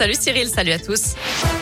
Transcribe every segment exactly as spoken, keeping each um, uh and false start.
Salut Cyril, salut à tous.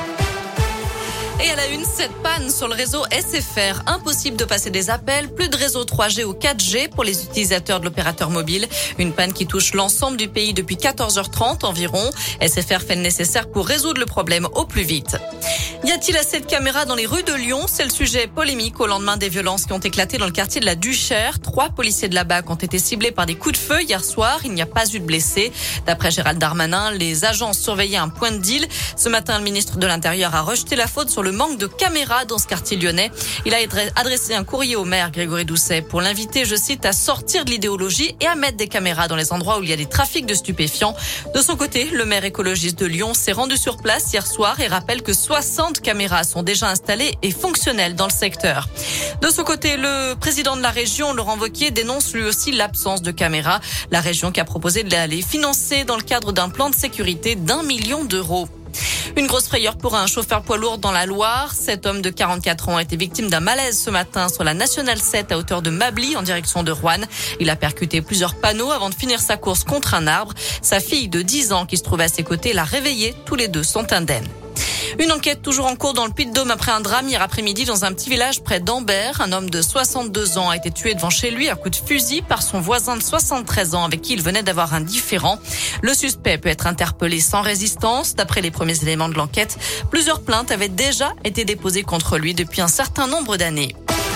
Et à la une, cette panne sur le réseau S F R. Impossible de passer des appels, plus de réseau trois G ou quatre G pour les utilisateurs de l'opérateur mobile. Une panne qui touche l'ensemble du pays depuis quatorze heures trente environ. S F R fait le nécessaire pour résoudre le problème au plus vite. Y a-t-il assez de caméras dans les rues de Lyon? C'est le sujet polémique au lendemain des violences qui ont éclaté dans le quartier de la Duchère. Trois policiers de la B A C ont été ciblés par des coups de feu hier soir. Il n'y a pas eu de blessés. D'après Gérald Darmanin, les agents surveillaient un point de deal. Ce matin, le ministre de l'Intérieur a rejeté la faute sur le manque de caméras dans ce quartier lyonnais. Il a adressé un courrier au maire Grégory Doucet pour l'inviter, je cite, à sortir de l'idéologie et à mettre des caméras dans les endroits où il y a des trafics de stupéfiants. De son côté, le maire écologiste de Lyon s'est rendu sur place hier soir et rappelle que soixante caméras sont déjà installées et fonctionnelles dans le secteur. De son côté, le président de la région, Laurent Wauquiez, dénonce lui aussi l'absence de caméras. La région qui a proposé de les financer dans le cadre d'un plan de sécurité d'un million d'euros. Une grosse frayeur pour un chauffeur poids lourd dans la Loire. Cet homme de quarante-quatre ans a été victime d'un malaise ce matin sur la Nationale sept à hauteur de Mably en direction de Roanne. Il a percuté plusieurs panneaux avant de finir sa course contre un arbre. Sa fille de dix ans qui se trouvait à ses côtés l'a réveillé. Tous les deux sont indemnes. Une enquête toujours en cours dans le Puy-de-Dôme après un drame hier après-midi dans un petit village près d'Ambert. Un homme de soixante-deux ans a été tué devant chez lui à coup de fusil par son voisin de soixante-treize ans avec qui il venait d'avoir un différend. Le suspect peut être interpellé sans résistance. D'après les premiers éléments de l'enquête, plusieurs plaintes avaient déjà été déposées contre lui depuis un certain nombre d'années.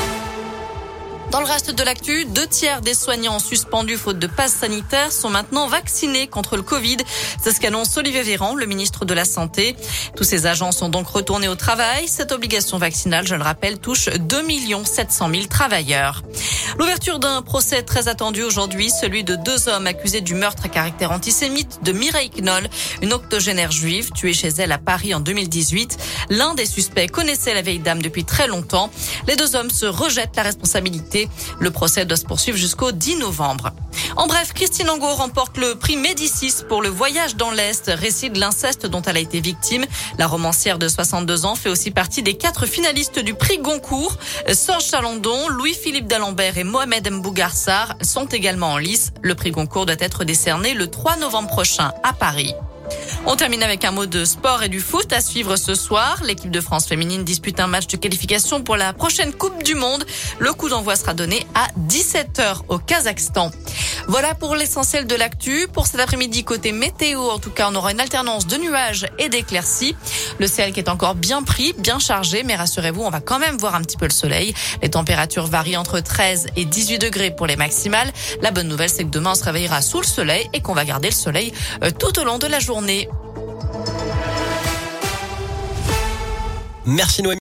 Dans le reste de l'actu, deux tiers des soignants suspendus faute de passe sanitaire sont maintenant vaccinés contre le Covid. C'est ce qu'annonce Olivier Véran, le ministre de la Santé. Tous ces agents sont donc retournés au travail. Cette obligation vaccinale, je le rappelle, touche deux millions sept cent mille travailleurs. L'ouverture d'un procès très attendu aujourd'hui, celui de deux hommes accusés du meurtre à caractère antisémite de Mireille Knoll, une octogénaire juive tuée chez elle à Paris en deux mille dix-huit. L'un des suspects connaissait la vieille dame depuis très longtemps. Les deux hommes se rejettent la responsabilité. Le procès doit se poursuivre jusqu'au dix novembre. En bref, Christine Angot remporte le prix Médicis pour Le Voyage dans l'Est, récit de l'inceste dont elle a été victime. La romancière de soixante-deux ans fait aussi partie des quatre finalistes du prix Goncourt. Sorge Chalandon, Louis-Philippe d'Alembert et Mohamed Mbougarsar sont également en lice. Le prix Goncourt doit être décerné le trois novembre prochain à Paris. On termine avec un mot de sport et du foot à suivre ce soir. L'équipe de France féminine dispute un match de qualification pour la prochaine Coupe du Monde. Le coup d'envoi sera donné à dix-sept heures au Kazakhstan. Voilà pour l'essentiel de l'actu. Pour cet après-midi, côté météo, en tout cas, on aura une alternance de nuages et d'éclaircies. Le ciel qui est encore bien pris, bien chargé, mais rassurez-vous, on va quand même voir un petit peu le soleil. Les températures varient entre treize et dix-huit degrés pour les maximales. La bonne nouvelle, c'est que demain, on se réveillera sous le soleil et qu'on va garder le soleil tout au long de la journée. Merci Noémie.